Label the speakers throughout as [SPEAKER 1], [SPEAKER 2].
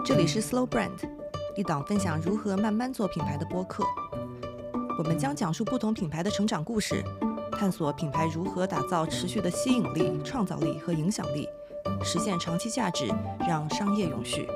[SPEAKER 1] 这里是 Slow Brand， 一档分享如何慢慢做品牌的播客。我们将讲述不同品牌的成长故事，探索品牌如何打造持续的吸引力、创造力和影响力，实现长期价值，让商业永续。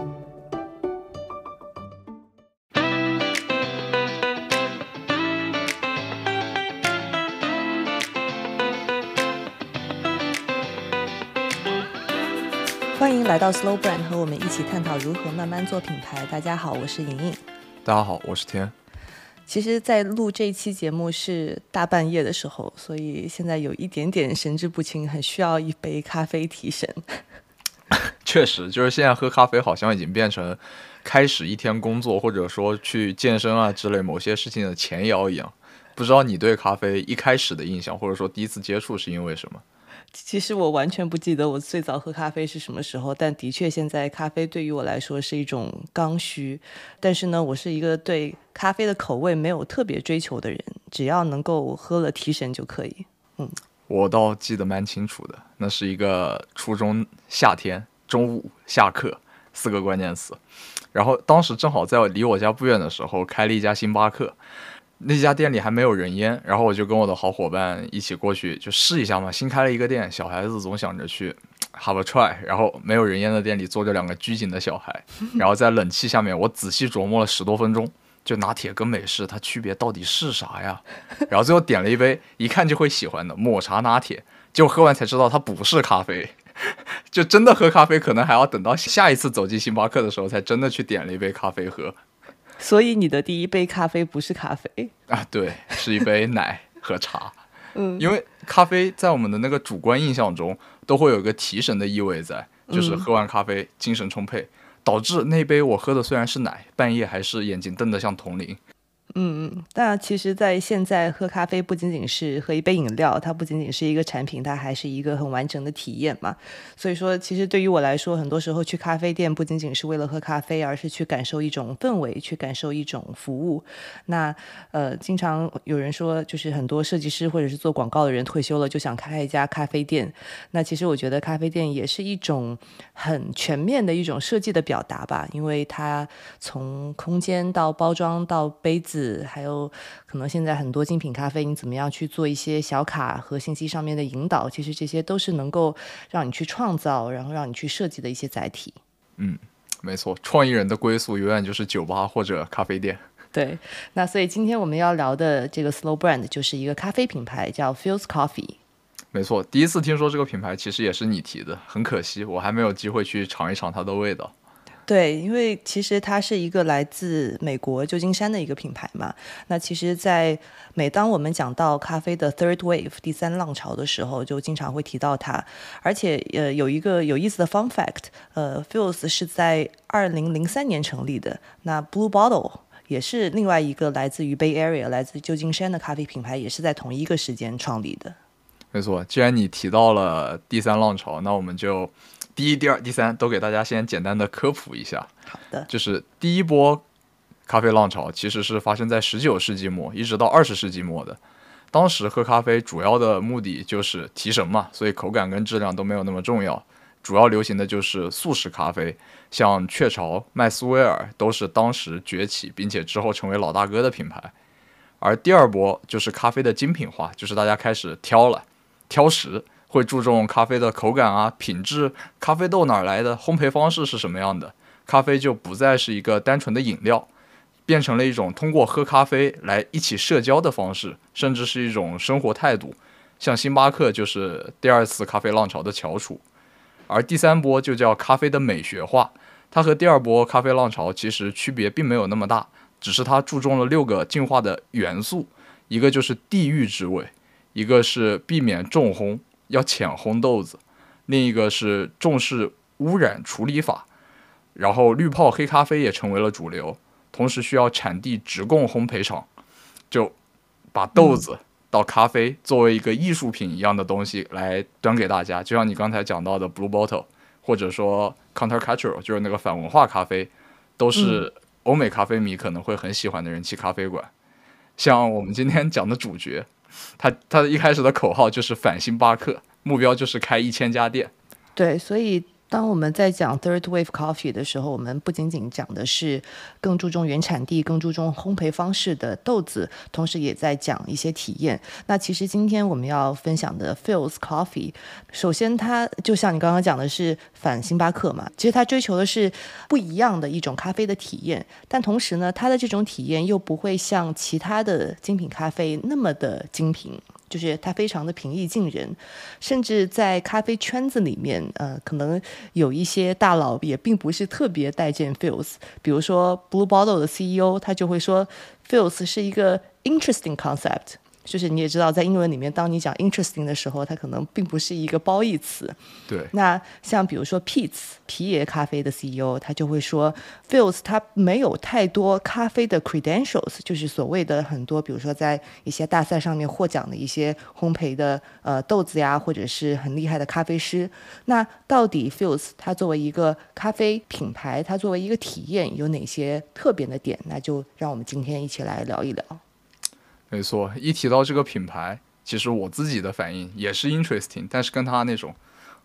[SPEAKER 1] 欢迎来到 Slow Brand， 和我们一起探讨如何慢慢做品牌。大家好，我是莹莹。
[SPEAKER 2] 大家好，我是天。
[SPEAKER 1] 其实在录这一期节目是大半夜的时候，所以现在有一点点神志不清，很需要一杯咖啡提神。
[SPEAKER 2] 确实，就是现在喝咖啡好像已经变成开始一天工作或者说去健身啊之类某些事情的前摇一样。不知道你对咖啡一开始的印象，或者说第一次接触是因为什么？
[SPEAKER 1] 其实我完全不记得我最早喝咖啡是什么时候，但的确现在咖啡对于我来说是一种刚需。但是呢，我是一个对咖啡的口味没有特别追求的人，只要能够喝了提神就可以。
[SPEAKER 2] 我倒记得蛮清楚的，那是一个初中夏天中午下课4个关键词，然后当时正好在离我家不远的时候开了一家星巴克。那家店里还没有人烟，然后我就跟我的好伙伴一起过去就试一下嘛，新开了一个店，小孩子总想着去 have a try， 然后没有人烟的店里坐着2个拘谨的小孩，然后在冷气下面我仔细琢磨了10多分钟，就拿铁跟美式它区别到底是啥呀，然后最后点了一杯一看就会喜欢的抹茶拿铁，结果喝完才知道它不是咖啡，就真的喝咖啡可能还要等到下一次走进星巴克的时候才真的去点了一杯咖啡喝。
[SPEAKER 1] 所以你的第一杯咖啡不是咖啡
[SPEAKER 2] 啊？对，是一杯奶和茶。因为咖啡在我们的那个主观印象中都会有一个提神的意味在，就是喝完咖啡精神充沛，导致那杯我喝的虽然是奶，半夜还是眼睛瞪得像铜铃。
[SPEAKER 1] 但其实在现在喝咖啡不仅仅是喝一杯饮料，它不仅仅是一个产品，它还是一个很完整的体验嘛。所以说其实对于我来说，很多时候去咖啡店不仅仅是为了喝咖啡，而是去感受一种氛围，去感受一种服务。那经常有人说，就是很多设计师或者是做广告的人退休了就想开一家咖啡店。那其实我觉得咖啡店也是一种很全面的一种设计的表达吧，因为它从空间到包装到杯子，还有可能现在很多精品咖啡你怎么样去做一些小卡和信息上面的引导，其实这些都是能够让你去创造，然后让你去设计的一些载体。
[SPEAKER 2] 没错，创意人的归宿永远就是酒吧或者咖啡店。
[SPEAKER 1] 对，那所以今天我们要聊的这个 Slow Brand 就是一个咖啡品牌，叫 Philz Coffee。
[SPEAKER 2] 没错，第一次听说这个品牌其实也是你提的，很可惜我还没有机会去尝一尝它的味道。
[SPEAKER 1] 对，因为其实它是一个来自美国旧金山的一个品牌嘛。那其实在每当我们讲到咖啡的 third wave 第3浪潮的时候，就经常会提到它。而且有一个有意思的 fun fact，Philz 是在2003年成立的。那 Blue Bottle 也是另外一个来自于 Bay Area 来自旧金山的咖啡品牌，也是在同一个时间创立的。
[SPEAKER 2] 没错，既然你提到了第3浪潮，那我们就第1、第2、第3都给大家先简单的科普一下。
[SPEAKER 1] 好的，
[SPEAKER 2] 就是第一波咖啡浪潮其实是发生在19世纪末一直到20世纪末的。当时喝咖啡主要的目的就是提神嘛，所以口感跟质量都没有那么重要，主要流行的就是速食咖啡，像雀巢、麦斯威尔都是当时崛起并且之后成为老大哥的品牌。而第2波就是咖啡的精品化，就是大家开始挑食，会注重咖啡的口感啊、品质，咖啡豆哪儿来的，烘焙方式是什么样的，咖啡就不再是一个单纯的饮料，变成了一种通过喝咖啡来一起社交的方式，甚至是一种生活态度。像星巴克就是第2次咖啡浪潮的翘楚。而第3波就叫咖啡的美学化，它和第2波咖啡浪潮其实区别并没有那么大，只是它注重了6个进化的元素，一个就是地域之味，一个是避免重烘，要浅烘豆子，另一个是重视污染处理法，然后滤泡黑咖啡也成为了主流，同时需要产地直供烘焙厂，就把豆子到咖啡作为一个艺术品一样的东西来端给大家，就像你刚才讲到的 Blue Bottle 或者说 Countercultural 就是那个反文化咖啡，都是欧美咖啡迷可能会很喜欢的人气咖啡馆。像我们今天讲的主角，他一开始的口号就是反星巴克，目标就是开1000家店。
[SPEAKER 1] 对，所以当我们在讲 Third Wave Coffee 的时候，我们不仅仅讲的是更注重原产地、更注重烘焙方式的豆子，同时也在讲一些体验。那其实今天我们要分享的 Philz Coffee， 首先它就像你刚刚讲的是反星巴克嘛，其实它追求的是不一样的一种咖啡的体验，但同时呢，它的这种体验又不会像其他的精品咖啡那么的精品。就是它非常的平易近人，甚至在咖啡圈子里面，可能有一些大佬也并不是特别待见 Philz， 比如说 Blue Bottle 的 CEO， 他就会说 Philz 是一个 interesting concept。就是你也知道，在英文里面，当你讲 interesting 的时候，它可能并不是一个褒义词。
[SPEAKER 2] 对。
[SPEAKER 1] 那像比如说 Peet's 皮爷咖啡的 CEO， 他就会说 Philz 它没有太多咖啡的 credentials， 就是所谓的很多，比如说在一些大赛上面获奖的一些烘焙的豆子呀，或者是很厉害的咖啡师。那到底 Philz 它作为一个咖啡品牌，它作为一个体验，有哪些特别的点？那就让我们今天一起来聊一聊。
[SPEAKER 2] 没错，一提到这个品牌，其实我自己的反应也是 interesting， 但是跟他那种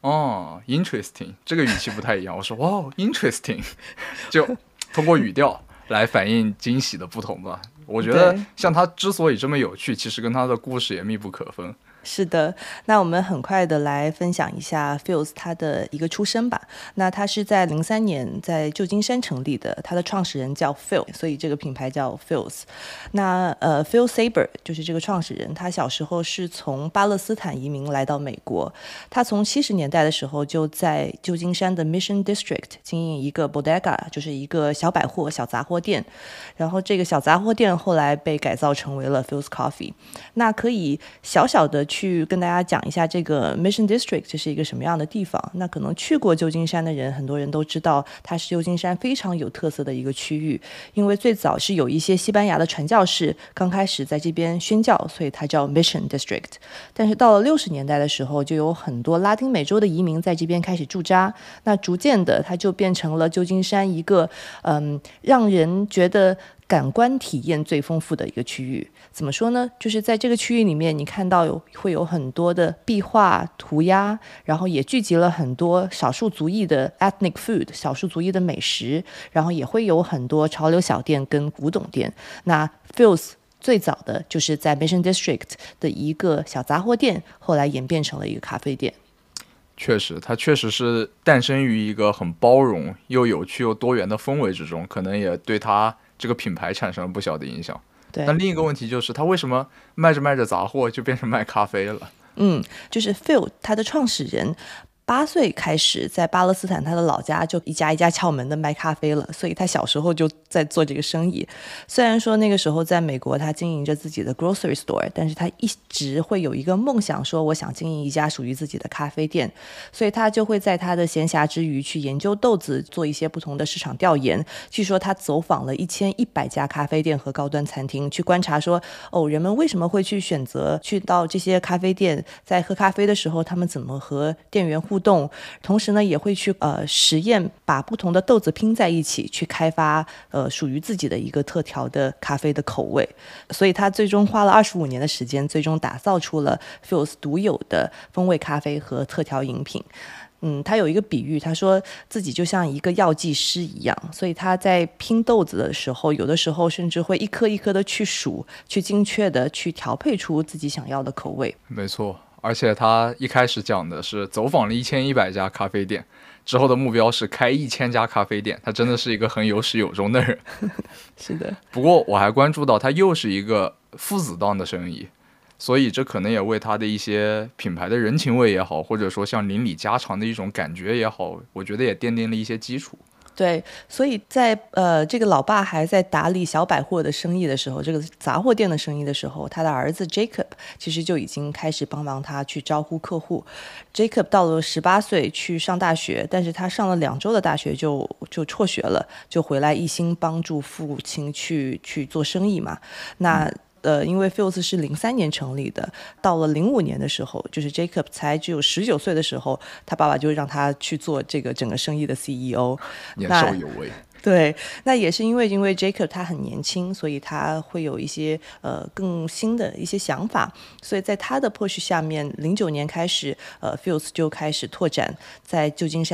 [SPEAKER 2] interesting 这个语气不太一样。我说哇 interesting， 就通过语调来反映惊喜的不同吧。我觉得像他之所以这么有趣，其实跟他的故事也密不可分。
[SPEAKER 1] 是的，那我们很快的来分享一下 Philz 它的一个出身吧。那它是在03年在旧金山成立的，它的创始人叫 Phil， 所以这个品牌叫 Philz。那Phil Saber 就是这个创始人，他小时候是从巴勒斯坦移民来到美国。他从70年代的时候就在旧金山的 Mission District 经营一个 bodega， 就是一个小百货、小杂货店。然后这个小杂货店后来被改造成为了 Philz Coffee。那可以小小的去跟大家讲一下这个 Mission District 这是一个什么样的地方。那可能去过旧金山的人，很多人都知道它是旧金山非常有特色的一个区域，因为最早是有一些西班牙的传教士刚开始在这边宣教，所以它叫 Mission District。但是到了60年代的时候，就有很多拉丁美洲的移民在这边开始驻扎，那逐渐的它就变成了旧金山一个让人觉得感官体验最丰富的一个区域。怎么说呢？就是在这个区域里面，你看到会有很多的壁画、涂鸦，然后也聚集了很多少数族裔的 ethnic food， 少数族裔的美食，然后也会有很多潮流小店跟古董店。那 Philz 最早的就是在 Mission District 的一个小杂货店，后来演变成了一个咖啡店。
[SPEAKER 2] 确实，它确实是诞生于一个很包容又有趣又多元的氛围之中，可能也对它这个品牌产生了不小的影响。但另一个问题就是，他为什么卖着卖着杂货就变成卖咖啡了？
[SPEAKER 1] 就是 Phil 他的创始人8岁开始在巴勒斯坦他的老家就一家一家敲门的卖咖啡了，所以他小时候就在做这个生意。虽然说那个时候在美国他经营着自己的 grocery store， 但是他一直会有一个梦想，说我想经营一家属于自己的咖啡店，所以他就会在他的闲暇之余去研究豆子，做一些不同的市场调研。据说他走访了1100家咖啡店和高端餐厅，去观察说人们为什么会去选择去到这些咖啡店，在喝咖啡的时候他们怎么和店员互动，同时呢也会去实验把不同的豆子拼在一起，去开发属于自己的一个特调的咖啡的口味。所以他最终花了25年的时间，最终打造出了 Philz 独有的风味咖啡和特调饮品。他有一个比喻，他说自己就像一个药剂师一样，所以他在拼豆子的时候，有的时候甚至会一颗一颗的去数，去精确的去调配出自己想要的口味。
[SPEAKER 2] 没错，而且他一开始讲的是走访了1100家咖啡店，之后的目标是开1000家咖啡店，他真的是一个很有始有终的人。
[SPEAKER 1] 是的，
[SPEAKER 2] 不过我还关注到他又是一个父子档的生意，所以这可能也为他的一些品牌的人情味也好，或者说像邻里家常的一种感觉也好，我觉得也奠定了一些基础。
[SPEAKER 1] 对，所以在这个老爸还在打理小百货的生意的时候，这个杂货店的生意的时候，他的儿子 Jacob 其实就已经开始帮忙他去招呼客户。Jacob 到了18岁去上大学，但是他上了2周的大学就辍学了，就回来一心帮助父亲去做生意嘛。那因为 Philz 是03年成立的，到了05年的时候，就是 Jacob 才只有19岁的时候，他爸爸就让他去做这个整个生意的 CEO，
[SPEAKER 2] 年少有为。
[SPEAKER 1] 对，那也是因为 Jacob 他很年轻，所以他会有一些更新的一些想法，所以在他的 push 下面，09年开始Philz 就开始拓展在旧金山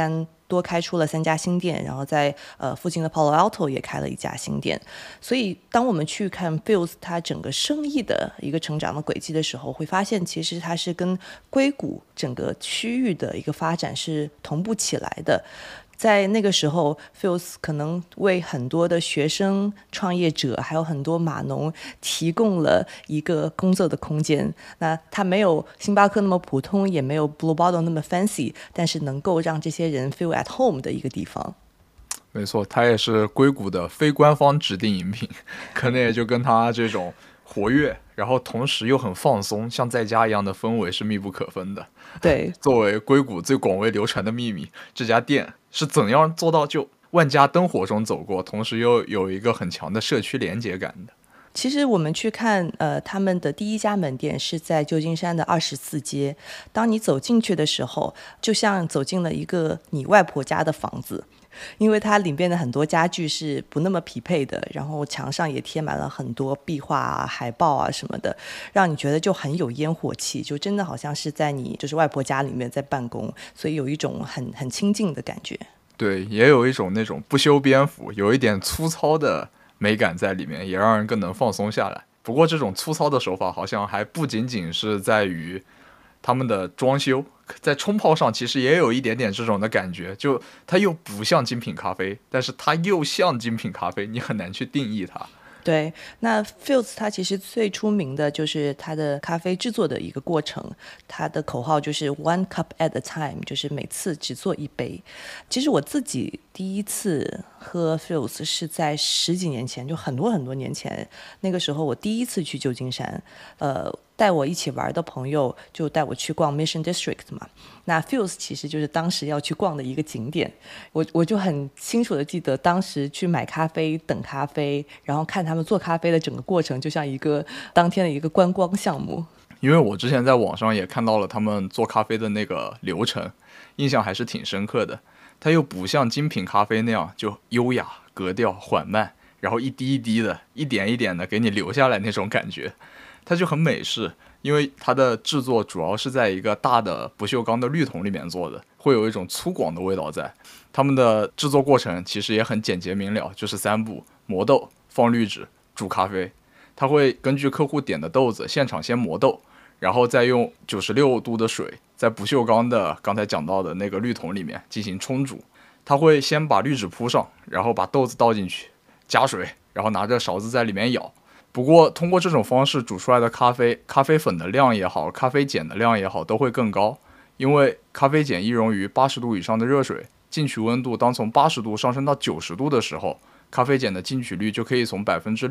[SPEAKER 1] 多开出了3家新店，然后在附近的 Palo Alto 也开了1家新店。所以当我们去看 Fuse 它整个生意的一个成长的轨迹的时候，会发现其实它是跟硅谷整个区域的一个发展是同步起来的。在那个时候 Fuse 可能为很多的学生创业者还有很多码农提供了一个工作的空间。那它没有星巴克那么普通，也没有 Blue Bottle 那么 fancy， 但是能够让这些人 feel at home 的一个地方。
[SPEAKER 2] 没错，它也是硅谷的非官方指定饮品，可能也就跟它这种活跃，然后同时又很放松，像在家一样的氛围是密不可分的。
[SPEAKER 1] 对，
[SPEAKER 2] 作为硅谷最广为流传的秘密，这家店是怎样做到就万家灯火中走过，同时又有一个很强的社区连结感的？
[SPEAKER 1] 其实我们去看他们的第1家门店是在旧金山的24街。当你走进去的时候，就像走进了一个你外婆家的房子，因为它里面的很多家具是不那么匹配的，然后墙上也贴满了很多壁画啊、海报啊什么的，让你觉得就很有烟火气，就真的好像是在你就是外婆家里面在办公，所以有一种很亲近的感觉。
[SPEAKER 2] 对，也有一种那种不修边幅，有一点粗糙的美感在里面，也让人更能放松下来。不过这种粗糙的手法好像还不仅仅是在于他们的装修，在冲泡上其实也有一点点这种的感觉，就它又不像精品咖啡，但是它又像精品咖啡，你很难去定义它。
[SPEAKER 1] 对，那 Fuse 它其实最出名的就是它的咖啡制作的一个过程，它的口号就是 One cup at a time， 就是每次只做1杯。其实我自己第一次喝 Fuse 是在10几年前，就很多很多年前，那个时候我第一次去旧金山，带我一起玩的朋友就带我去逛 Mission District 嘛，那 Fuse 其实就是当时要去逛的一个景点。我就很清楚的记得当时去买咖啡、等咖啡，然后看他们做咖啡的整个过程，就像一个当天的一个观光项目。
[SPEAKER 2] 因为我之前在网上也看到了他们做咖啡的那个流程，印象还是挺深刻的。它又不像精品咖啡那样就优雅、格调缓慢，然后一滴一滴的、一点一点的给你流下来那种感觉，它就很美式。因为它的制作主要是在一个大的不锈钢的滤桶里面做的，会有一种粗犷的味道在。他们的制作过程其实也很简洁明了，就是3步：磨豆、放滤纸、煮咖啡。他会根据客户点的豆子现场先磨豆，然后再用96度的水在不锈钢的刚才讲到的那个滤桶里面进行冲煮。他会先把滤纸铺上，然后把豆子倒进去，加水，然后拿着勺子在里面舀。不过通过这种方式煮出来的咖啡，咖啡粉的量也好，咖啡碱的量也好，都会更高。因为咖啡碱易溶于80度以上的热水，进取温度当从80度上升到90度的时候，咖啡碱的进取率就可以从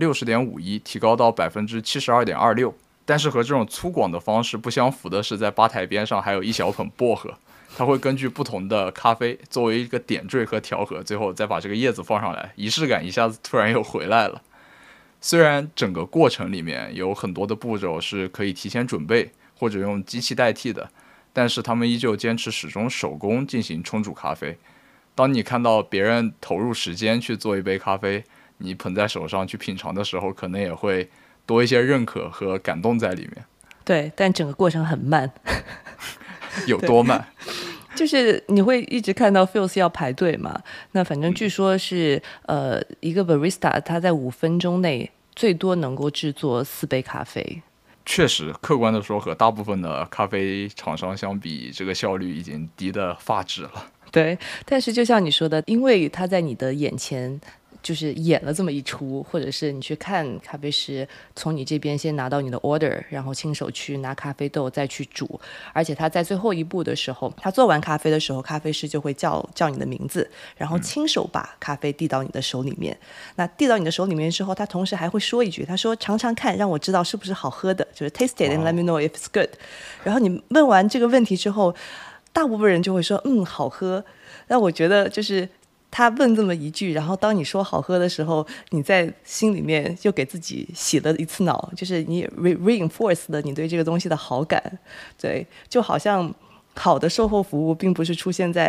[SPEAKER 2] 60.51% 提高到 72.26%。但是和这种粗犷的方式不相符的是，在吧台边上还有一小捧薄荷，它会根据不同的咖啡作为一个点缀和调和，最后再把这个叶子放上来，仪式感一下子突然又回来了。虽然整个过程里面有很多的步骤是可以提前准备或者用机器代替的，但是他们依旧坚持始终手工进行冲煮咖啡。当你看到别人投入时间去做一杯咖啡，你捧在手上去品尝的时候，可能也会多一些认可和感动在里面。
[SPEAKER 1] 对，但整个过程很慢。
[SPEAKER 2] 有多慢？
[SPEAKER 1] 就是你会一直看到 Fuse 要排队嘛，那反正据说是一个 barista 他在5分钟内最多能够制作4杯咖啡。
[SPEAKER 2] 确实，客观的说，和大部分的咖啡厂商相比，这个效率已经低得发指了。
[SPEAKER 1] 对，但是就像你说的，因为他在你的眼前就是演了这么一出，或者是你去看咖啡师从你这边先拿到你的 order， 然后亲手去拿咖啡豆再去煮，而且他在最后一步的时候，他做完咖啡的时候，咖啡师就会叫你的名字，然后亲手把咖啡递到你的手里面。那递到你的手里面之后，他同时还会说一句，他说尝尝看，让我知道是不是好喝的，就是 taste it and let me know if it's good。 然后你问完这个问题之后，大部分人就会说好喝。那我觉得就是他问这么一句，然后当你说好喝的时候，你在心里面就给自己洗了一次脑，就是你 reinforce 了你对这个东西的好感。对，就好像好的售后服务并不是出现在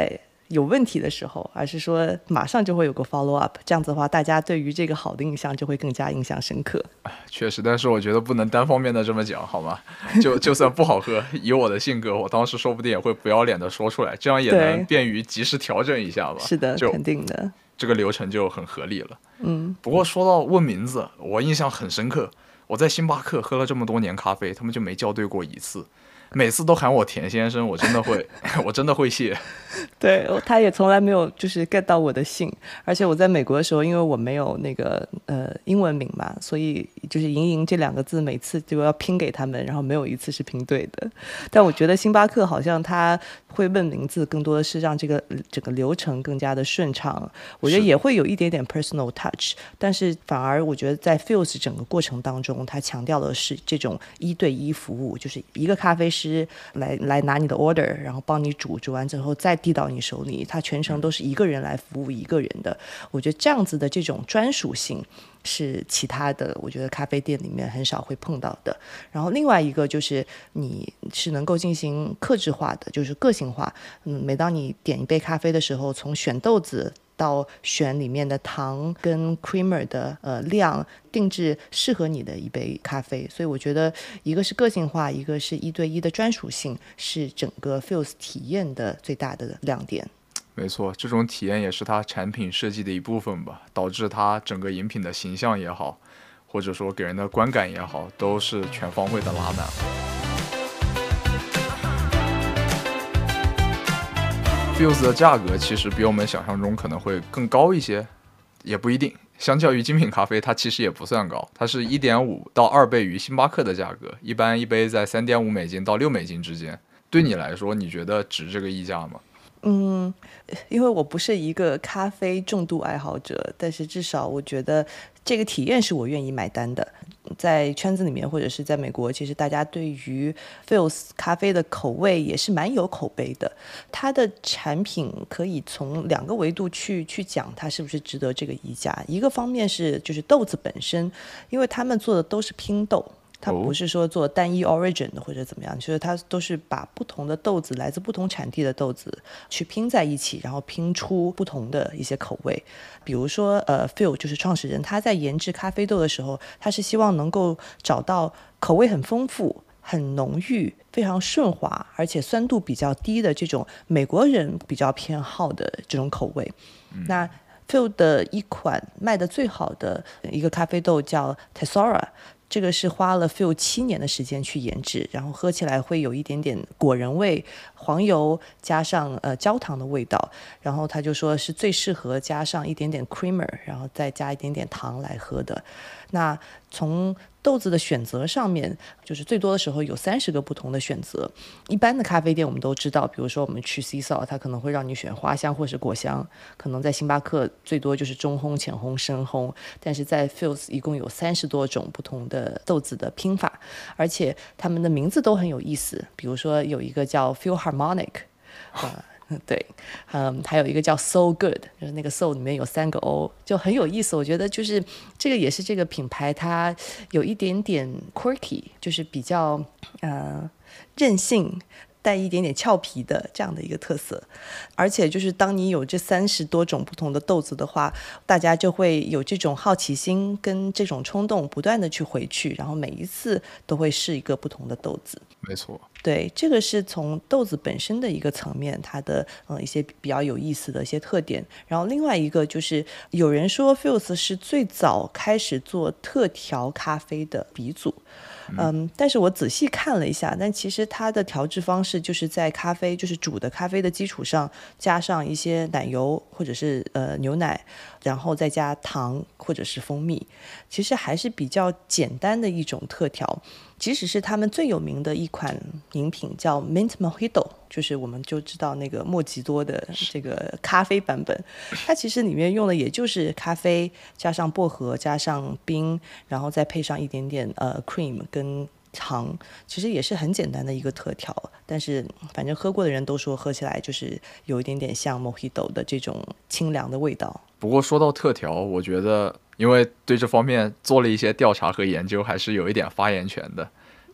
[SPEAKER 1] 有问题的时候，而是说马上就会有个 follow up， 这样子的话大家对于这个好的印象就会更加印象深刻。
[SPEAKER 2] 确实，但是我觉得不能单方面的这么讲好吗？就算不好喝，以我的性格，我当时说不定也会不要脸的说出来，这样也能便于及时调整一下吧。
[SPEAKER 1] 是的，肯定的，
[SPEAKER 2] 这个流程就很合理了。不过说到问名字，我印象很深刻，我在星巴克喝了这么多年咖啡，他们就没叫对过一次，每次都喊我田先生，我真的会我真的会谢。
[SPEAKER 1] 对，他也从来没有就是 get 到我的姓，而且我在美国的时候，因为我没有那个英文名嘛，所以就是莹莹这2个字每次就要拼给他们，然后没有一次是拼对的。但我觉得星巴克好像他会问名字，更多的是让这个整个流程更加的顺畅，我觉得也会有一点点 personal touch， 但是反而我觉得在 Fuse 整个过程当中，他强调的是这种1对1服务，就是一个咖啡师来拿你的 order， 然后帮你煮完之后再递到你手里，他全程都是一个人来服务一个人的。我觉得这样子的这种专属性是其他的我觉得咖啡店里面很少会碰到的。然后另外一个就是你是能够进行客制化的，就是个性化。每当你点一杯咖啡的时候，从选豆子到选里面的糖跟 creamer 的量，定制适合你的一杯咖啡。所以我觉得一个是个性化，一个是1对1的专属性，是整个 Fuse 体验的最大的亮点。
[SPEAKER 2] 没错，这种体验也是它产品设计的一部分吧，导致它整个饮品的形象也好，或者说给人的观感也好，都是全方位的拉满。Fuse 的价格其实比我们想象中可能会更高一些，也不一定。相较于精品咖啡，它其实也不算高，它是1.5到2倍于星巴克的价格，一般一杯在$3.5到$6之间。对你来说，你觉得值这个溢价吗？
[SPEAKER 1] 因为我不是一个咖啡重度爱好者，但是至少我觉得这个体验是我愿意买单的。在圈子里面或者是在美国，其实大家对于 Fuse 咖啡的口味也是蛮有口碑的。它的产品可以从2个维度去讲它是不是值得这个溢价。一个方面是就是豆子本身，因为他们做的都是拼豆，它不是说做单一 origin 的或者怎么样，就是它都是把不同的豆子，来自不同产地的豆子去拼在一起，然后拼出不同的一些口味。比如说Phil 就是创始人，他在研制咖啡豆的时候，他是希望能够找到口味很丰富、很浓郁、非常顺滑，而且酸度比较低的这种美国人比较偏好的这种口味。那Phil 的一款卖的最好的一个咖啡豆叫 Tesora，这个是花了 Phil 7年的时间去研制，然后喝起来会有一点点果仁味、黄油加上焦糖的味道，然后他就说是最适合加上一点点 creamer， 然后再加一点点糖来喝的。那从豆子的选择上面，就是最多的时候有30个不同的选择。一般的咖啡店我们都知道，比如说我们去 Seesaw， 它可能会让你选花香或是果香，可能在星巴克最多就是中烘、浅烘、深烘，但是在 Fuse 一共有30多种不同的豆子的拼法，而且他们的名字都很有意思。比如说有一个叫 Philharmonic，对，还有一个叫 So Good， 就是那个 So 里面有3个 O， 就很有意思。我觉得就是这个也是这个品牌它有一点点 quirky， 就是比较任性，带一点点俏皮的这样的一个特色。而且就是当你有这30多种不同的豆子的话，大家就会有这种好奇心跟这种冲动，不断的去回去，然后每一次都会试一个不同的豆子。
[SPEAKER 2] 没错，
[SPEAKER 1] 对，这个是从豆子本身的一个层面，它的一些比较有意思的一些特点。然后另外一个就是有人说 Fuse 是最早开始做特调咖啡的鼻祖。但是我仔细看了一下，但其实它的调制方式就是在咖啡就是煮的咖啡的基础上加上一些奶油或者是牛奶，然后再加糖或者是蜂蜜，其实还是比较简单的一种特调。即使是他们最有名的一款饮品叫 Mint Mojito， 就是我们就知道那个莫吉多的这个咖啡版本，它其实里面用的也就是咖啡加上薄荷加上冰，然后再配上一点点cream 跟糖，其实也是很简单的一个特调。但是反正喝过的人都说喝起来就是有一点点像 Mojito 的这种清凉的味道。
[SPEAKER 2] 不过说到特调，我觉得因为对这方面做了一些调查和研究，还是有一点发言权的。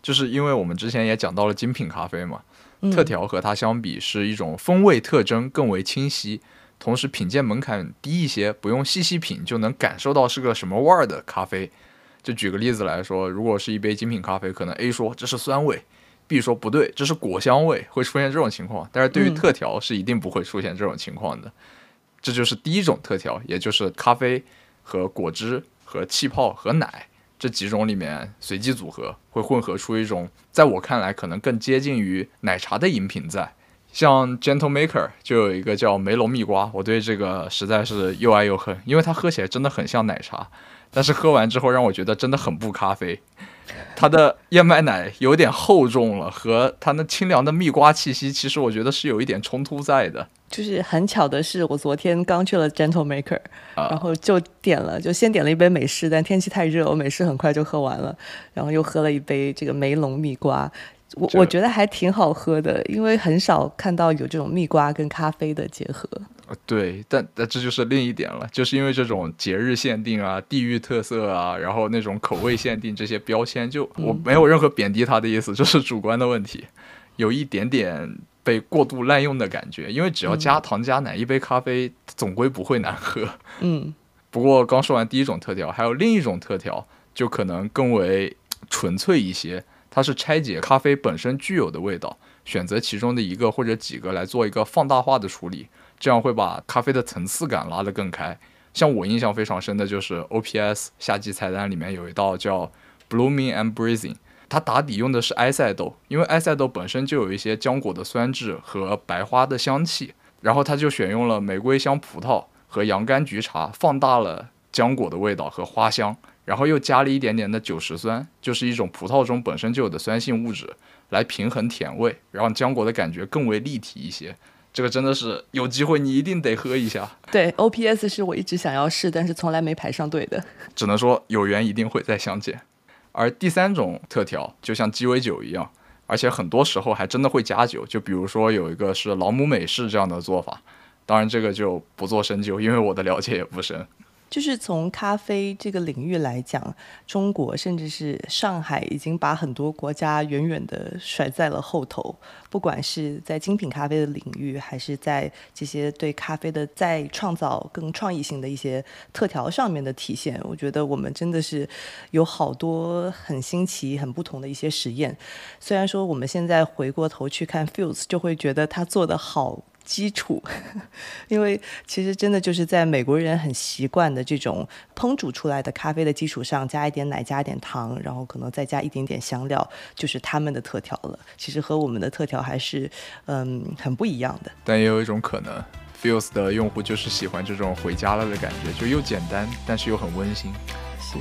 [SPEAKER 2] 就是因为我们之前也讲到了精品咖啡嘛，特调和它相比是一种风味特征更为清晰，同时品鉴门槛低一些，不用细细品就能感受到是个什么味儿的咖啡。就举个例子来说，如果是一杯精品咖啡，可能 A 说这是酸味，B 说不对，这是果香味，会出现这种情况。但是对于特调是一定不会出现这种情况的。这就是第一种特调，也就是咖啡和果汁和气泡和奶这几种里面随机组合，会混合出一种在我看来可能更接近于奶茶的饮品在。像 Gentle Maker 就有一个叫梅隆蜜瓜，我对这个实在是又爱又恨，因为它喝起来真的很像奶茶，但是喝完之后让我觉得真的很不咖啡。它的燕麦奶有点厚重了，和它那清凉的蜜瓜气息，其实我觉得是有一点冲突在的。
[SPEAKER 1] 就是很巧的是，我昨天刚去了 Gentle Maker，然后就先点了一杯美式，但天气太热，我美式很快就喝完了，然后又喝了一杯这个梅隆蜜瓜。我觉得还挺好喝的，因为很少看到有这种蜜瓜跟咖啡的结合。
[SPEAKER 2] 对，但这就是另一点了，就是因为这种节日限定啊、地域特色啊，然后那种口味限定这些标签，就我没有任何贬低它的意思，就是主观的问题，有一点点被过度滥用的感觉。因为只要加糖加奶，一杯咖啡总归不会难喝。不过刚说完第一种特调，还有另一种特调，就可能更为纯粹一些。它是拆解咖啡本身具有的味道，选择其中的一个或者几个来做一个放大化的处理，这样会把咖啡的层次感拉得更开。像我印象非常深的就是 OPS 夏季菜单里面有一道叫 Blooming and Breathing， 它打底用的是埃塞豆，因为埃塞豆本身就有一些浆果的酸质和白花的香气，然后它就选用了玫瑰香葡萄和洋甘菊茶，放大了浆果的味道和花香，然后又加了一点点的酒石酸，就是一种葡萄中本身就有的酸性物质，来平衡甜味，让浆果的感觉更为立体一些。这个真的是有机会你一定得喝一下。
[SPEAKER 1] 对， OPS 是我一直想要试，但是从来没排上队的。
[SPEAKER 2] 只能说有缘一定会再相见。而第三种特调就像鸡尾酒一样，而且很多时候还真的会加酒，就比如说有一个是朗姆美式这样的做法，当然这个就不做深究，因为我的了解也不深。
[SPEAKER 1] 就是从咖啡这个领域来讲，中国甚至是上海已经把很多国家远远的甩在了后头，不管是在精品咖啡的领域，还是在这些对咖啡的再创造更创意性的一些特调上面的体现，我觉得我们真的是有好多很新奇很不同的一些实验。虽然说我们现在回过头去看 Fuse 就会觉得他做的好基础，因为其实真的就是在美国人很习惯的这种烹煮出来的咖啡的基础上加一点奶加一点糖，然后可能再加一点点香料，就是他们的特调了。其实和我们的特调还是很不一样的。
[SPEAKER 2] 但也有一种可能 Fuse 的用户就是喜欢这种回家了的感觉，就又简单但是又很温馨。
[SPEAKER 1] 是。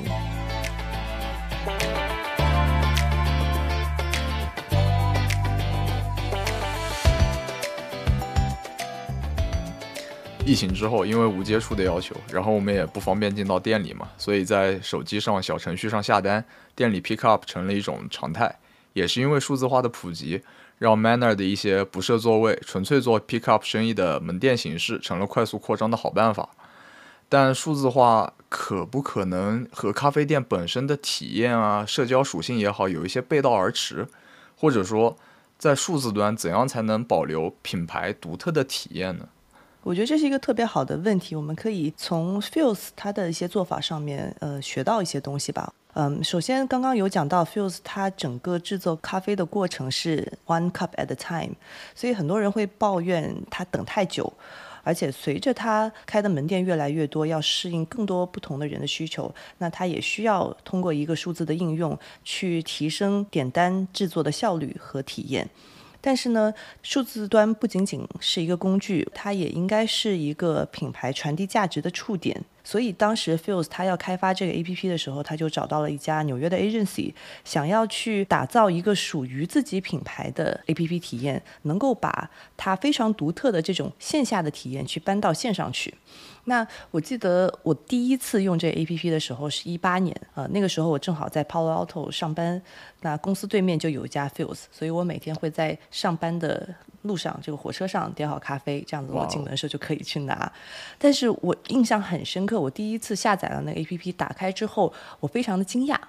[SPEAKER 2] 疫情之后，因为无接触的要求，然后我们也不方便进到店里嘛，所以在手机上小程序上下单，店里 pick up 成了一种常态。也是因为数字化的普及，让 Manner 的一些不设座位、纯粹做 pick up 生意的门店形式成了快速扩张的好办法。但数字化可不可能和咖啡店本身的体验啊、社交属性也好，有一些背道而驰？或者说，在数字端怎样才能保留品牌独特的体验呢？
[SPEAKER 1] 我觉得这是一个特别好的问题，我们可以从 Fuse 它的一些做法上面学到一些东西吧。首先刚刚有讲到 Fuse 它整个制作咖啡的过程是 one cup at a time， 所以很多人会抱怨它等太久，而且随着它开的门店越来越多，要适应更多不同的人的需求，那它也需要通过一个数字的应用去提升点单制作的效率和体验。但是呢，数字端不仅仅是一个工具，它也应该是一个品牌传递价值的触点。所以当时 Fuse 他要开发这个 APP 的时候，他就找到了一家纽约的 agency， 想要去打造一个属于自己品牌的 APP 体验，能够把它非常独特的这种线下的体验去搬到线上去。那我记得我第一次用这 APP 的时候是18年，那个时候我正好在 Palo Alto 上班，那公司对面就有一家 Fuse， 所以我每天会在上班的路上这个火车上点好咖啡，这样子我进门的时候就可以去拿。但是我印象很深刻，我第一次下载了那个 APP， 打开之后我非常的惊讶，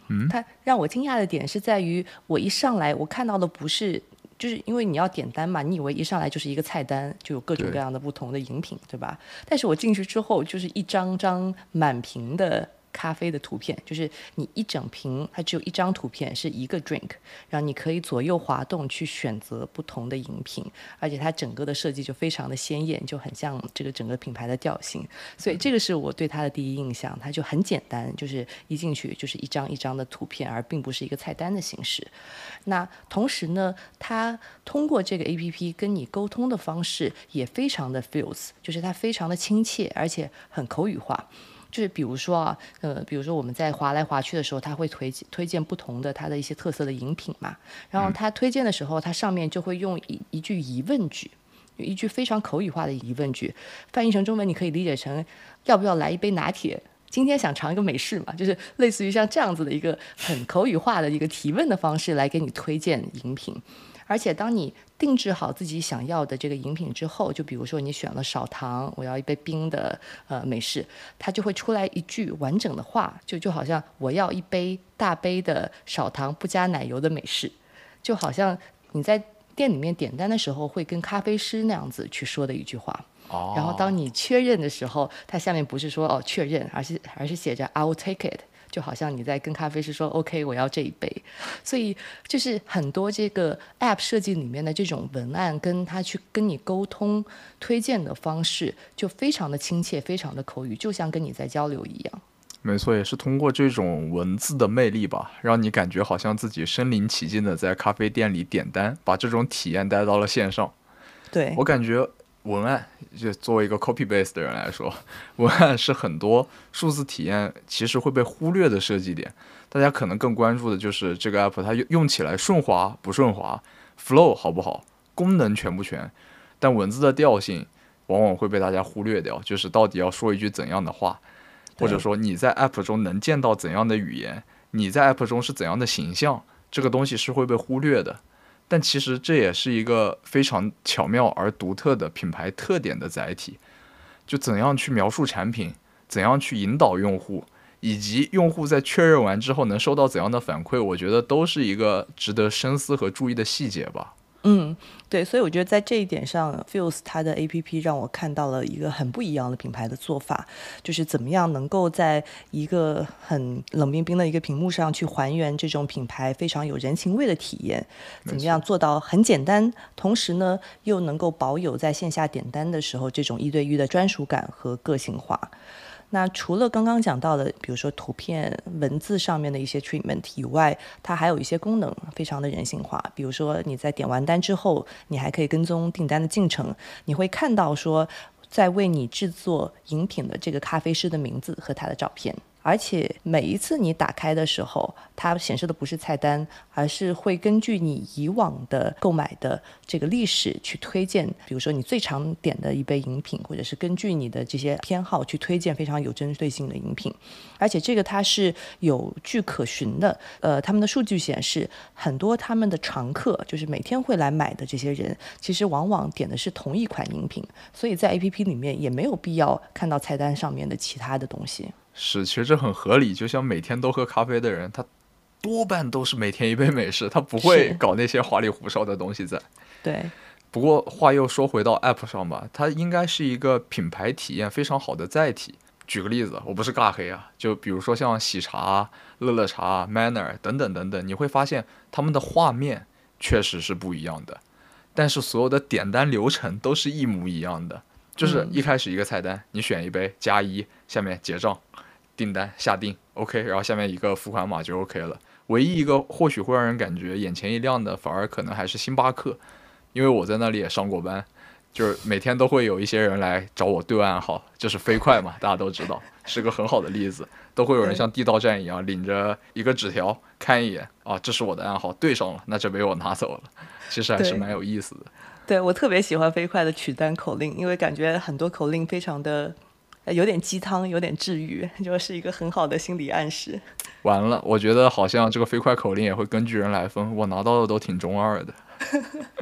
[SPEAKER 1] 它让我惊讶的点是在于，我一上来我看到的不是，就是因为你要点单嘛，你以为一上来就是一个菜单，就有各种各样的不同的饮品，对吧？但是我进去之后，就是一张张满屏的咖啡的图片，就是你一整瓶它只有一张图片是一个 drink， 然后你可以左右滑动去选择不同的饮品，而且它整个的设计就非常的鲜艳，就很像这个整个品牌的调性，所以这个是我对它的第一印象，它就很简单，就是一进去就是一张一张的图片，而并不是一个菜单的形式。那同时呢，它通过这个 APP 跟你沟通的方式也非常的 feels， 就是它非常的亲切，而且很口语化。就是比如说啊，比如说我们在滑来滑去的时候，他会推荐不同的他的一些特色的饮品嘛。然后他推荐的时候，他上面就会用一句疑问句，一句非常口语化的疑问句，翻译成中文你可以理解成要不要来一杯拿铁？今天想尝一个美式嘛，就是类似于像这样子的一个很口语化的一个提问的方式来给你推荐饮品。而且当你定制好自己想要的这个饮品之后，就比如说你选了少糖，我要一杯冰的美式，它就会出来一句完整的话，就好像我要一杯大杯的少糖不加奶油的美式，就好像你在店里面点单的时候会跟咖啡师那样子去说的一句话。然后当你确认的时候，它下面不是说哦确认，而是写着 I will take it，就好像你在跟咖啡师说 OK 我要这一杯。所以就是很多这个 App 设计里面的这种文案跟他去跟你沟通推荐的方式就非常的亲切，非常的口语，就像跟你在交流一样。
[SPEAKER 2] 没错，也是通过这种文字的魅力吧，让你感觉好像自己身临其境的在咖啡店里点单，把这种体验带到了线上。
[SPEAKER 1] 对，
[SPEAKER 2] 我感觉文案就作为一个 copy base 的人来说，文案是很多数字体验其实会被忽略的设计点。大家可能更关注的就是这个 app 它用起来顺滑不顺滑， flow 好不好，功能全不全，但文字的调性往往会被大家忽略掉，就是到底要说一句怎样的话，或者说你在 app 中能见到怎样的语言，你在 app 中是怎样的形象，这个东西是会被忽略的。但其实这也是一个非常巧妙而独特的品牌特点的载体，就怎样去描述产品，怎样去引导用户，以及用户在确认完之后能收到怎样的反馈，我觉得都是一个值得深思和注意的细节吧。
[SPEAKER 1] 对，所以我觉得在这一点上 Feels 它的 APP 让我看到了一个很不一样的品牌的做法，就是怎么样能够在一个很冷冰冰的一个屏幕上去还原这种品牌非常有人情味的体验，怎么样做到很简单，同时呢又能够保有在线下点单的时候这种一对一的专属感和个性化。那除了刚刚讲到的比如说图片文字上面的一些 treatment 以外，它还有一些功能非常的人性化，比如说你在点完单之后，你还可以跟踪订单的进程，你会看到说在为你制作饮品的这个咖啡师的名字和他的照片，而且每一次你打开的时候，它显示的不是菜单，而是会根据你以往的购买的这个历史去推荐，比如说你最常点的一杯饮品，或者是根据你的这些偏好去推荐非常有针对性的饮品。而且这个它是有据可循的，他们的数据显示，很多他们的常客，就是每天会来买的这些人，其实往往点的是同一款饮品，所以在 APP 里面也没有必要看到菜单上面的其他的东西。
[SPEAKER 2] 是，其实这很合理，就像每天都喝咖啡的人，他多半都是每天一杯美式，他不会搞那些花里胡哨的东西在。
[SPEAKER 1] 对。
[SPEAKER 2] 不过话又说回到 App 上吧，它应该是一个品牌体验非常好的载体。举个例子，我不是尬黑啊，就比如说像喜茶、乐乐茶、Manner 等等等等，你会发现他们的画面确实是不一样的，但是所有的点单流程都是一模一样的。就是一开始一个菜单，你选一杯加1，下面结账订单下定 OK， 然后下面一个付款码就 OK 了。唯一一个或许会让人感觉眼前一亮的，反而可能还是星巴克，因为我在那里也上过班，就是每天都会有一些人来找我对暗号，就是飞快嘛，大家都知道是个很好的例子，都会有人像地道战一样领着一个纸条看一眼啊，这是我的暗号，对上了，那这杯我拿走了，其实还是蛮有意思的。
[SPEAKER 1] 对，我特别喜欢飞快的取单口令，因为感觉很多口令非常的有点鸡汤，有点治愈，就是一个很好的心理暗示。
[SPEAKER 2] 完了，我觉得好像这个飞快口令也会根据人来分，我拿到的都挺中二的。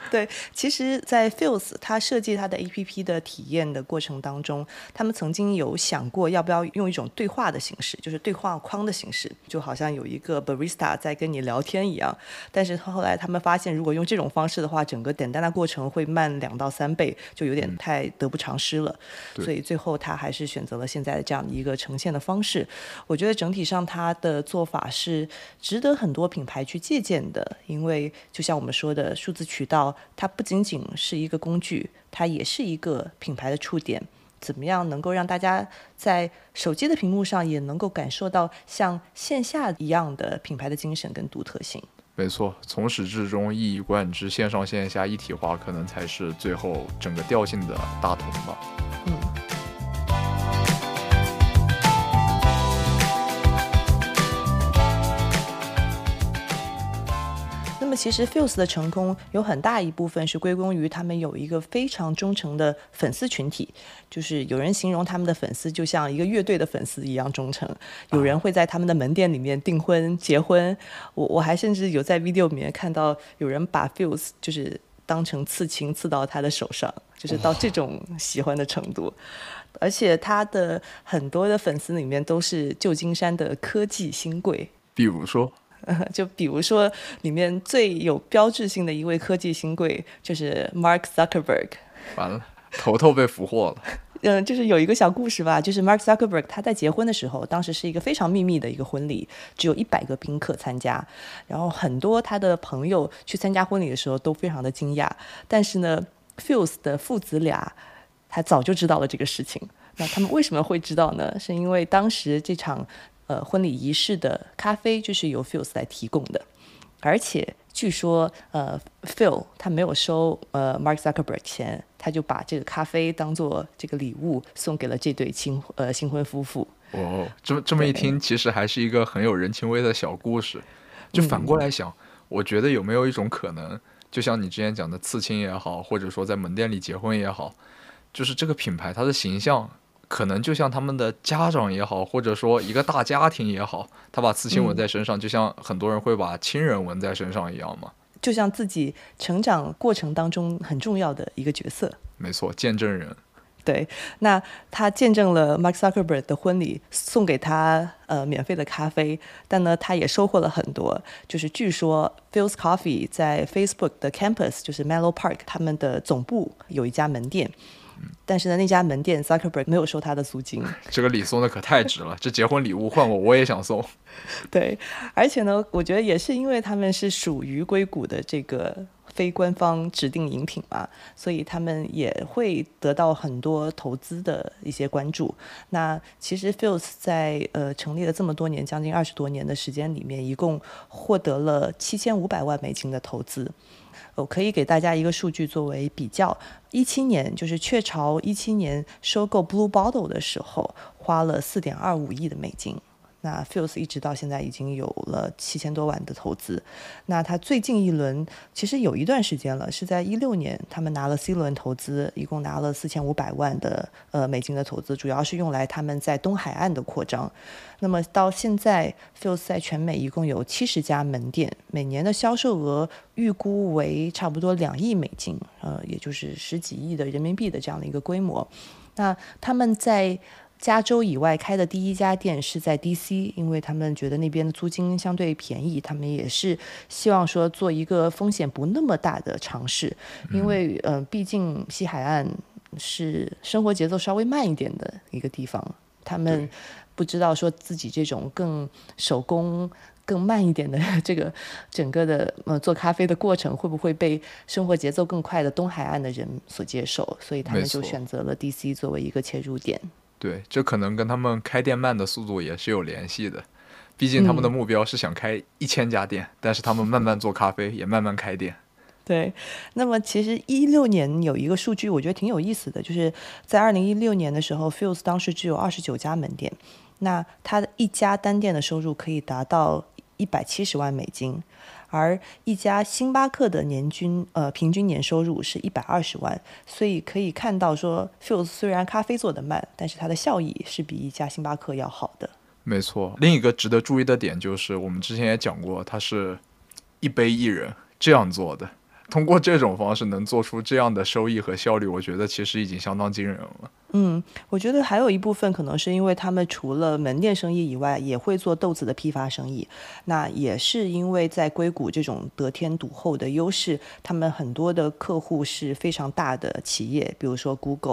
[SPEAKER 1] 对，其实，在 Feels 它设计它的 APP 的体验的过程当中，他们曾经有想过要不要用一种对话的形式，就是对话框的形式，就好像有一个 barista 在跟你聊天一样。但是后来他们发现，如果用这种方式的话，整个点单的过程会慢2到3倍，就有点太得不偿失了。所以最后他还是选择了现在的这样一个呈现的方式。我觉得整体上他的做法是值得很多品牌去借鉴的，因为就像我们说的，数字渠道它不仅仅是一个工具，它也是一个品牌的触点。怎么样能够让大家在手机的屏幕上也能够感受到像线下一样的品牌的精神跟独特性？
[SPEAKER 2] 没错，从始至终一以贯之，线上线下一体化，可能才是最后整个调性的大同吧。
[SPEAKER 1] 那么其实 Feels 的成功有很大一部分是归功于他们有一个非常忠诚的粉丝群体，就是有人形容他们的粉丝就像一个乐队的粉丝一样忠诚，有人会在他们的门店里面订婚结婚，我还甚至有在 video 里面看到有人把 Feels 就是当成刺青刺到他的手上，就是到这种喜欢的程度。而且他的很多的粉丝里面都是旧金山的科技新贵，
[SPEAKER 2] 比如说
[SPEAKER 1] 就比如说里面最有标志性的一位科技新贵就是 Mark Zuckerberg。
[SPEAKER 2] 完了，头被俘获了。
[SPEAKER 1] 就是有一个小故事吧，就是 Mark Zuckerberg 他在结婚的时候，当时是一个非常秘密的一个婚礼，只有100个宾客参加，然后很多他的朋友去参加婚礼的时候都非常的惊讶，但是呢 Feels 的父子俩他早就知道了这个事情。那他们为什么会知道呢？是因为当时这场婚礼仪式的咖啡就是由 Feels 来提供的，而且据说Phil 他没有收Mark Zuckerberg 钱，他就把这个咖啡当做这个礼物送给了这对新婚夫妇。
[SPEAKER 2] 这么一听，其实还是一个很有人情味的小故事。就反过来想，我觉得有没有一种可能，就像你之前讲的刺青也好，或者说在门店里结婚也好，就是这个品牌它的形象可能就像他们的家长也好，或者说一个大家庭也好，他把刺青纹在身上，就像很多人会把亲人纹在身上一样嘛，
[SPEAKER 1] 就像自己成长过程当中很重要的一个角色。
[SPEAKER 2] 没错，见证人。
[SPEAKER 1] 对，那他见证了 Mark Zuckerberg 的婚礼，送给他免费的咖啡，但呢，他也收获了很多。就是据说 Phil's Coffee 在 Facebook 的 Campus， 就是 Menlo Park 他们的总部有一家门店，但是呢，那家门店 Zuckerberg 没有收他的租金。
[SPEAKER 2] 这个礼送的可太值了，这结婚礼物换我也想送。
[SPEAKER 1] 对，而且呢，我觉得也是因为他们是属于硅谷的这个非官方指定饮品嘛，所以他们也会得到很多投资的一些关注。那其实 Feels 在成立了这么多年，将近20多年的时间里面，一共获得了7500万美金的投资。我可以给大家一个数据作为比较，17年就是雀巢17年收购 Blue Bottle 的时候，花了4.25亿的美金。那 Feels 一直到现在已经有了7000多万的投资。那他最近一轮其实有一段时间了，是在16年他们拿了 C 轮投资，一共拿了4500万的美金的投资，主要是用来他们在东海岸的扩张。那么到现在 Feels 在全美一共有70家门店，每年的销售额预估为差不多2亿美金，也就是10几亿的人民币的这样的一个规模。那他们在加州以外开的第一家店是在 DC， 因为他们觉得那边的租金相对便宜，他们也是希望说做一个风险不那么大的尝试，因为毕竟西海岸是生活节奏稍微慢一点的一个地方，他们不知道说自己这种更手工更慢一点的这个整个的做咖啡的过程会不会被生活节奏更快的东海岸的人所接受，所以他们就选择了 DC 作为一个切入点。
[SPEAKER 2] 对，这可能跟他们开店慢的速度也是有联系的，毕竟他们的目标是想开1000家店，但是他们慢慢做咖啡，也慢慢开店。
[SPEAKER 1] 对，那么其实16年有一个数据我觉得挺有意思的，就是在2016年的时候 Feels 当时只有29家门店，那它的一家单店的收入可以达到170万美金，而一家星巴克的平均年收入是120万，所以可以看到说 Feels 虽然咖啡做得慢，但是它的效益是比一家星巴克要好的。
[SPEAKER 2] 没错，另一个值得注意的点就是我们之前也讲过，它是一杯一人这样做的， 通过这种方式能做出这样的收益和效率，我觉得其实已经相当惊人了。
[SPEAKER 1] 我觉得还有一部分可能是因为他们除了门店生意以外，也会做豆子的批发生意。那也是因为在硅谷这种得天独厚的优势，他们很多的客户是非常大的企业，比如说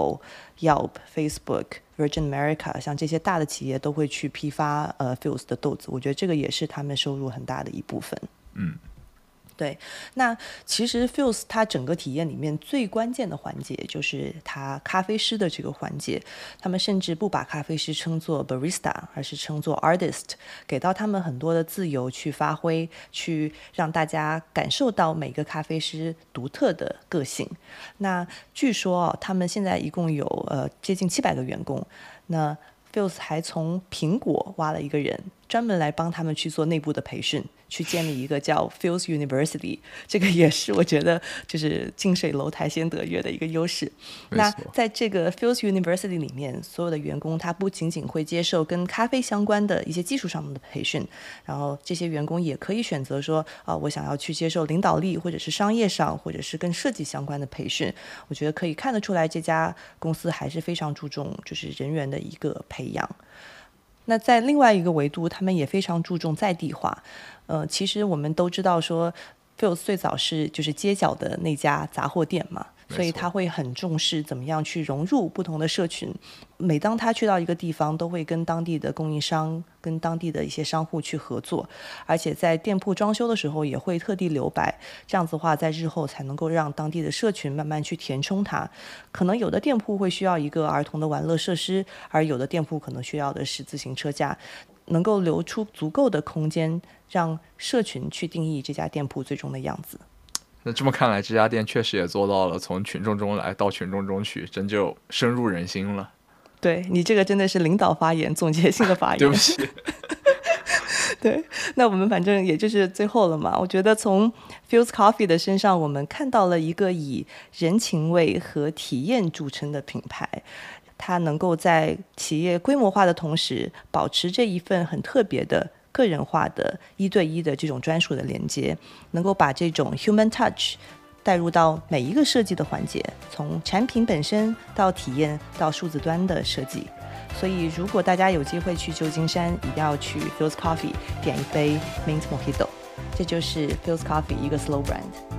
[SPEAKER 1] Google、Yelp、Facebook、Virgin America， 像这些大的企业都会去批发Philz 的豆子。我觉得这个也是他们收入很大的一部分。对，那其实 Philz 它整个体验里面最关键的环节就是它咖啡师的这个环节，他们甚至不把咖啡师称作 barista， 而是称作 artist， 给到他们很多的自由去发挥，去让大家感受到每个咖啡师独特的个性。那据说他们现在一共有接近700个员工，那Philz 还从苹果挖了一个人，专门来帮他们去做内部的培训，去建立一个叫 Philz University， 这个也是我觉得就是近水楼台先得月的一个优势。那在这个 Philz University 里面，所有的员工他不仅仅会接受跟咖啡相关的一些技术上面的培训，然后这些员工也可以选择说我想要去接受领导力或者是商业上或者是跟设计相关的培训。我觉得可以看得出来这家公司还是非常注重就是人员的一个培养。那在另外一个维度，他们也非常注重在地化。其实我们都知道说 Philz 最早是就是街角的那家杂货店嘛，所以他会很重视怎么样去融入不同的社群。每当他去到一个地方，都会跟当地的供应商跟当地的一些商户去合作，而且在店铺装修的时候也会特地留白，这样子的话在日后才能够让当地的社群慢慢去填充它。可能有的店铺会需要一个儿童的玩乐设施，而有的店铺可能需要的是自行车架，能够留出足够的空间让社群去定义这家店铺最终的样子。
[SPEAKER 2] 那这么看来，这家店确实也做到了从群众中来到群众中去，真就深入人心了。
[SPEAKER 1] 对，你这个真的是领导发言，总结性的发言。
[SPEAKER 2] 对不起。
[SPEAKER 1] 对，那我们反正也就是最后了嘛。我觉得从 Philz Coffee 的身上，我们看到了一个以人情味和体验著称的品牌。它能够在企业规模化的同时，保持这一份很特别的个人化的1对1的这种专属的连接，能够把这种 human touch 带入到每一个设计的环节，从产品本身到体验到数字端的设计。所以如果大家有机会去旧金山，一定要去 Philz Coffee 点一杯 Mint Mojito， 这就是 Philz Coffee 一个 slow brand。